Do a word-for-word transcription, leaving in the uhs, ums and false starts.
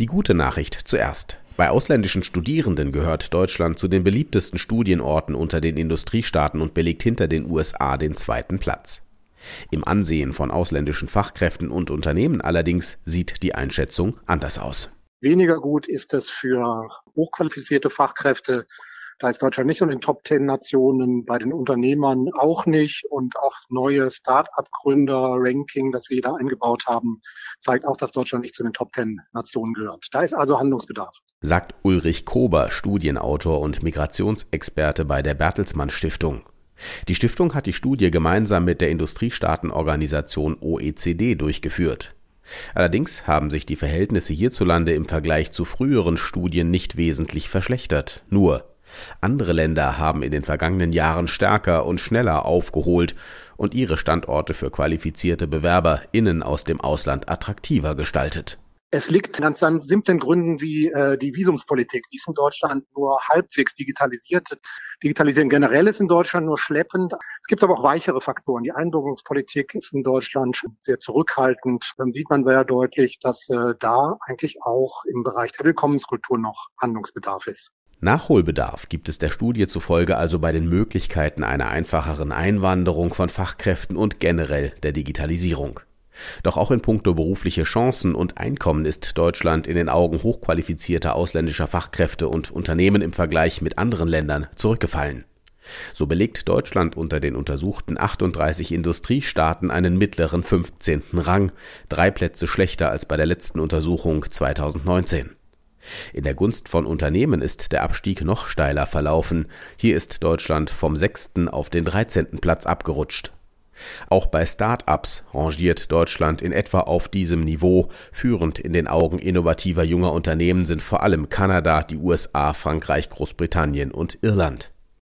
Die gute Nachricht zuerst. Bei ausländischen Studierenden gehört Deutschland zu den beliebtesten Studienorten unter den Industriestaaten und belegt hinter den U S A den zweiten Platz. Im Ansehen von ausländischen Fachkräften und Unternehmen allerdings sieht die Einschätzung anders aus. Weniger gut ist es für hochqualifizierte Fachkräfte. Da ist Deutschland nicht so in den Top Ten Nationen, bei den Unternehmern auch nicht. Und auch neue Start-up-Gründer-Ranking, das wir da eingebaut haben, zeigt auch, dass Deutschland nicht zu den Top Ten Nationen gehört. Da ist also Handlungsbedarf. Sagt Ulrich Kober, Studienautor und Migrationsexperte bei der Bertelsmann Stiftung. Die Stiftung hat die Studie gemeinsam mit der Industriestaatenorganisation O E C D durchgeführt. Allerdings haben sich die Verhältnisse hierzulande im Vergleich zu früheren Studien nicht wesentlich verschlechtert. Nur andere Länder haben in den vergangenen Jahren stärker und schneller aufgeholt und ihre Standorte für qualifizierte BewerberInnen aus dem Ausland attraktiver gestaltet. Es liegt an ganz simplen Gründen wie äh, die Visumspolitik. Die ist in Deutschland nur halbwegs digitalisiert. Digitalisieren generell ist in Deutschland nur schleppend. Es gibt aber auch weichere Faktoren. Die Einbürgerungspolitik ist in Deutschland sehr zurückhaltend. Dann sieht man sehr deutlich, dass äh, da eigentlich auch im Bereich der Willkommenskultur noch Handlungsbedarf ist. Nachholbedarf gibt es der Studie zufolge also bei den Möglichkeiten einer einfacheren Einwanderung von Fachkräften und generell der Digitalisierung. Doch auch in puncto berufliche Chancen und Einkommen ist Deutschland in den Augen hochqualifizierter ausländischer Fachkräfte und Unternehmen im Vergleich mit anderen Ländern zurückgefallen. So belegt Deutschland unter den untersuchten achtunddreißig Industriestaaten einen mittleren fünfzehnten Rang, drei Plätze schlechter als bei der letzten Untersuchung zweitausendneunzehn. In der Gunst von Unternehmen ist der Abstieg noch steiler verlaufen. Hier ist Deutschland vom sechsten auf den dreizehnten Platz abgerutscht. Auch bei Start-ups rangiert Deutschland in etwa auf diesem Niveau. Führend in den Augen innovativer junger Unternehmen sind vor allem Kanada, die U S A, Frankreich, Großbritannien und Irland.